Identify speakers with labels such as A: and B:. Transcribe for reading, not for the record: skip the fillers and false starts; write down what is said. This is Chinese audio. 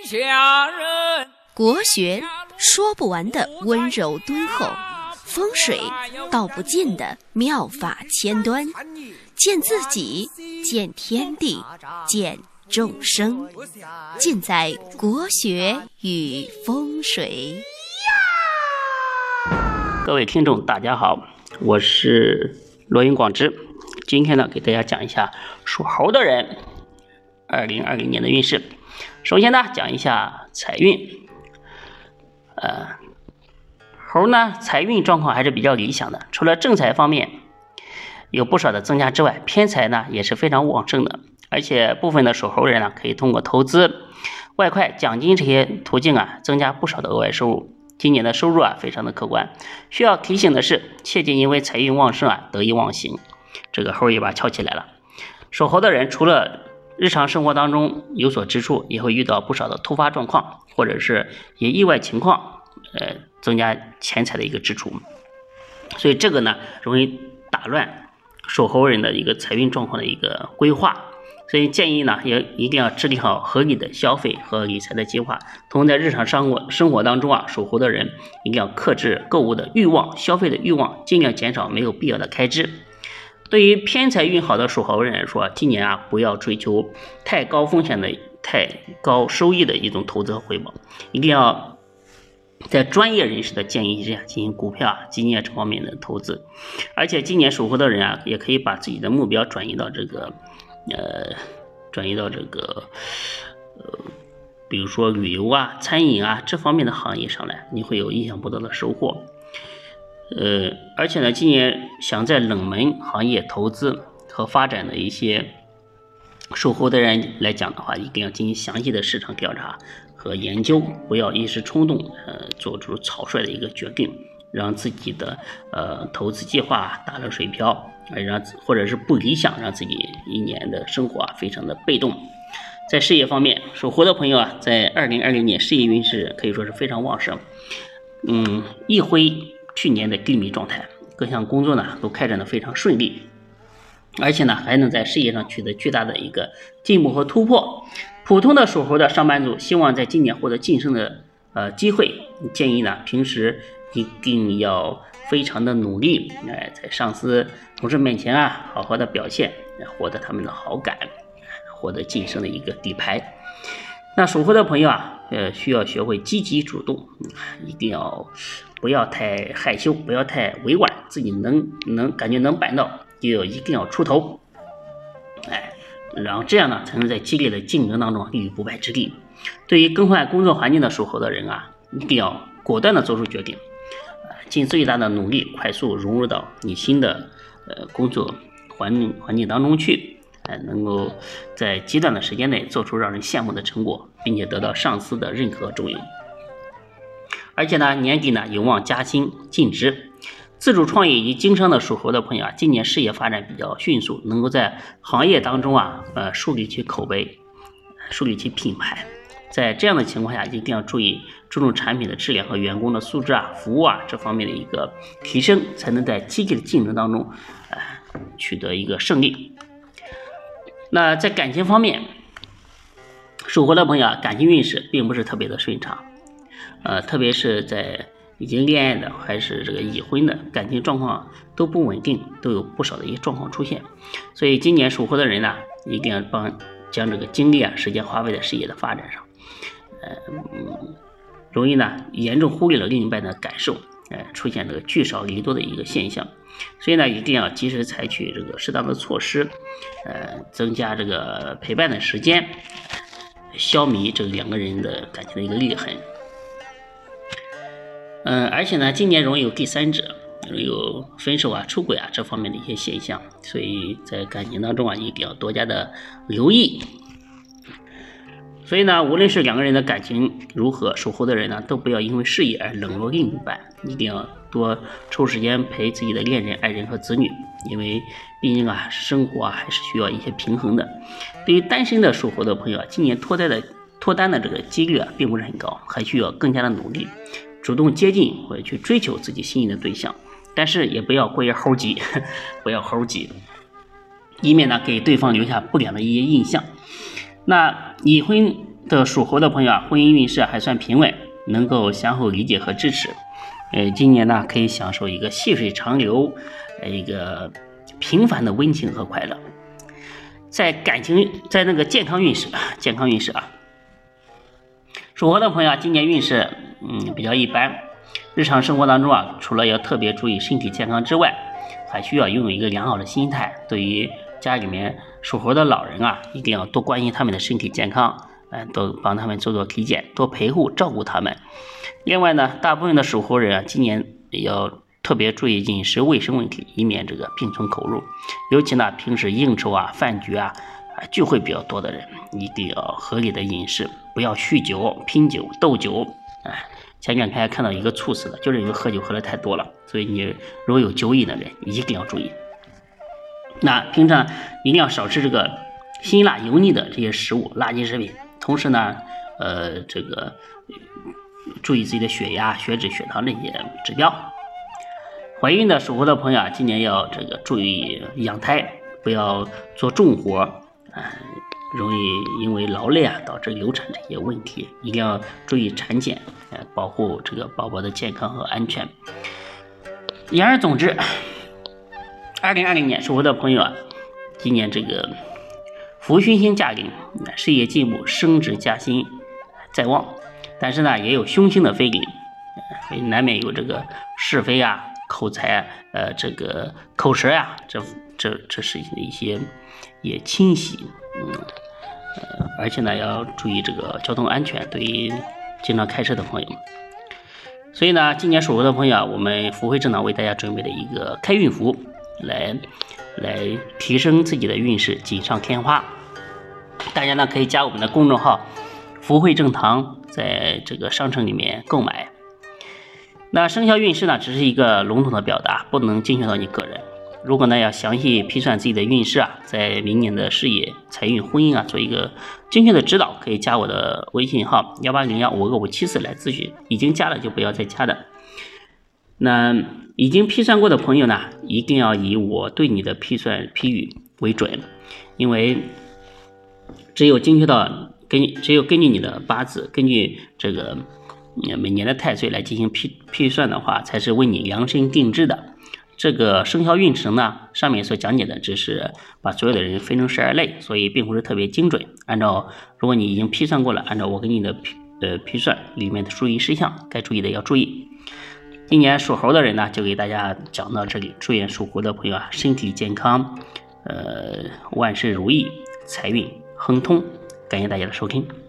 A: 下人。
B: 国学说不完的温柔敦厚，风水道不尽的妙法千端，见自己，见天地，见众生，尽在国学与风水。
C: 各位听众大家好，我是罗云广之。今天呢，给大家讲一下属猴的人2020年的运势。首先呢，讲一下财运。猴呢，财运状况还是比较理想的，除了正财方面有不少的增加之外，偏财呢也是非常旺盛的。而且部分的属猴人呢，可以通过投资、外快、奖金这些途径啊，增加不少的额外收入。今年的收入啊，非常的可观。需要提醒的是，切忌因为财运旺盛啊，得意忘形，这个猴一把翘起来了。属猴的人除了日常生活当中有所支出，也会遇到不少的突发状况，或者是也意外情况，增加钱财的一个支出。所以这个呢，容易打乱属猴人的一个财运状况的一个规划。所以建议呢，也一定要制定好合理的消费和理财的计划。同时在日常生活当中啊，属猴的人一定要克制购物的欲望、消费的欲望，尽量减少没有必要的开支。对于偏财运好的属猴人来说，今年啊，不要追求太高风险的、太高收益的一种投资和回报，一定要在专业人士的建议之下进行股票、基金这方面的投资。而且今年属猴的人啊，也可以把自己的目标转移到这个比如说旅游啊、餐饮啊这方面的行业上来，你会有意想不到的收获。而且呢，今年想在冷门行业投资和发展的一些属猴的人来讲的话，一定要进行详细的市场调查和研究，不要一时冲动做出草率的一个决定，让自己的投资计划打了水漂，或者是不理想，让自己一年的生活非常的被动。在事业方面，属猴的朋友啊，在2020年事业运势可以说是非常旺盛，一挥去年的低迷状态，各项工作呢都开展的非常顺利，而且呢还能在事业上取得巨大的一个进步和突破。普通的属猴的上班族希望在今年获得晋升的机会，建议呢平时一定要非常的努力，在上司同事面前啊好好的表现，获得他们的好感，获得晋升的一个底牌。那属猴的朋友啊，需要学会积极主动，一定要不要太害羞，不要太委婉，自己感觉能办到，一定要出头，然后这样呢，才能在激烈的竞争当中立于不败之地。对于更换工作环境的属猴的人啊，一定要果断的做出决定，尽最大的努力，快速融入到你新的工作环境当中去，能够在极短的时间内做出让人羡慕的成果，并且得到上司的认可和重用。而且呢，年底呢有望加薪晋职。自主创业以及经商的属猴的朋友啊，今年事业发展比较迅速，能够在行业当中啊树立起口碑，树立起品牌。在这样的情况下，一定要注重产品的质量和员工的素质啊、服务啊这方面的一个提升，才能在积极的竞争当中取得一个胜利。那在感情方面，属猴的朋友啊，感情运势并不是特别的顺畅，特别是在已经恋爱的还是这个已婚的，感情状况都不稳定，都有不少的一些状况出现。所以今年属猴的人呢，一定要将这个精力啊、时间花费在事业的发展上，容易呢严重忽略了另一半的感受，出现这个聚少离多的一个现象。所以呢，一定要及时采取这个适当的措施，增加这个陪伴的时间，消弭这两个人的感情的一个裂痕。而且呢，今年容易有第三者，有分手啊、出轨啊这方面的一些现象，所以在感情当中啊，一定要多加的留意。所以呢，无论是两个人的感情如何，属猴的人呢，都不要因为事业而冷落另一半，一定要多抽时间陪自己的恋人、爱人和子女，因为毕竟啊，生活还是需要一些平衡的。对于单身的属猴的朋友啊，今年脱单的这个几率啊，并不是很高，还需要更加的努力，主动接近或者去追求自己心仪的对象，但是也不要过于猴急，不要猴急，以免呢给对方留下不良的一些印象。那已婚的属猴的朋友啊，婚姻运势还算平稳，能够相互理解和支持。今年呢可以享受一个细水长流，一个平凡的温情和快乐。在那个健康运势啊，属猴的朋友啊，今年运势比较一般。日常生活当中啊，除了要特别注意身体健康之外，还需要拥有一个良好的心态。对于家里面属猴的老人啊，一定要多关心他们的身体健康，多帮他们做体检，多陪护照顾他们。另外呢，大部分的属猴人啊，今年也要特别注意饮食卫生问题，以免这个病从口入。尤其呢，平时应酬啊、饭局啊、聚会比较多的人，一定要合理的饮食，不要酗酒、拼酒、斗酒。前两天还看到一个猝死的，就是因为喝酒喝的太多了。所以你如果有酒瘾的人，一定要注意。那平常一定要少吃这个辛辣油腻的这些食物、垃圾食品。同时呢，这个注意自己的血压、血脂、血糖这些指标。怀孕的属猴的朋友啊，今年要这个注意养胎，不要做重活，容易因为劳累啊导致流产这些问题，一定要注意产检，保护这个宝宝的健康和安全。言而总之，2020年属猴的朋友啊，今年这个福星星驾临，事业进步，升职加薪在望。但是呢，也有凶星的飞临，所以难免有这个是非啊、口才这个口舌呀，这是一些也侵袭，而且呢要注意这个交通安全，对于经常开车的朋友们。所以呢，今年属猴的朋友啊，我们福慧正堂为大家准备的一个开运符，来提升自己的运势，锦上添花。大家呢可以加我们的公众号福慧正堂，在这个商城里面购买。那生肖运势呢，只是一个笼统的表达，不能精确到你个人。如果呢要详细批算自己的运势啊，在明年的事业、财运、婚姻啊，做一个精确的指导，可以加我的微信号18015574来咨询。已经加了就不要再加的。那已经批算过的朋友呢，一定要以我对你的批语为准，因为只有根据你的八字，根据这个每年的太岁来进行批算的话，才是为你量身定制的。这个生肖运程呢，上面所讲解的只是把所有的人分成12类，所以并不是特别精准。如果你已经批算过了，按照我给你的批算里面的注意事项，该注意的要注意。今年属猴的人呢，就给大家讲到这里。祝愿属猴的朋友啊，身体健康，万事如意，财运亨通。感谢大家的收听。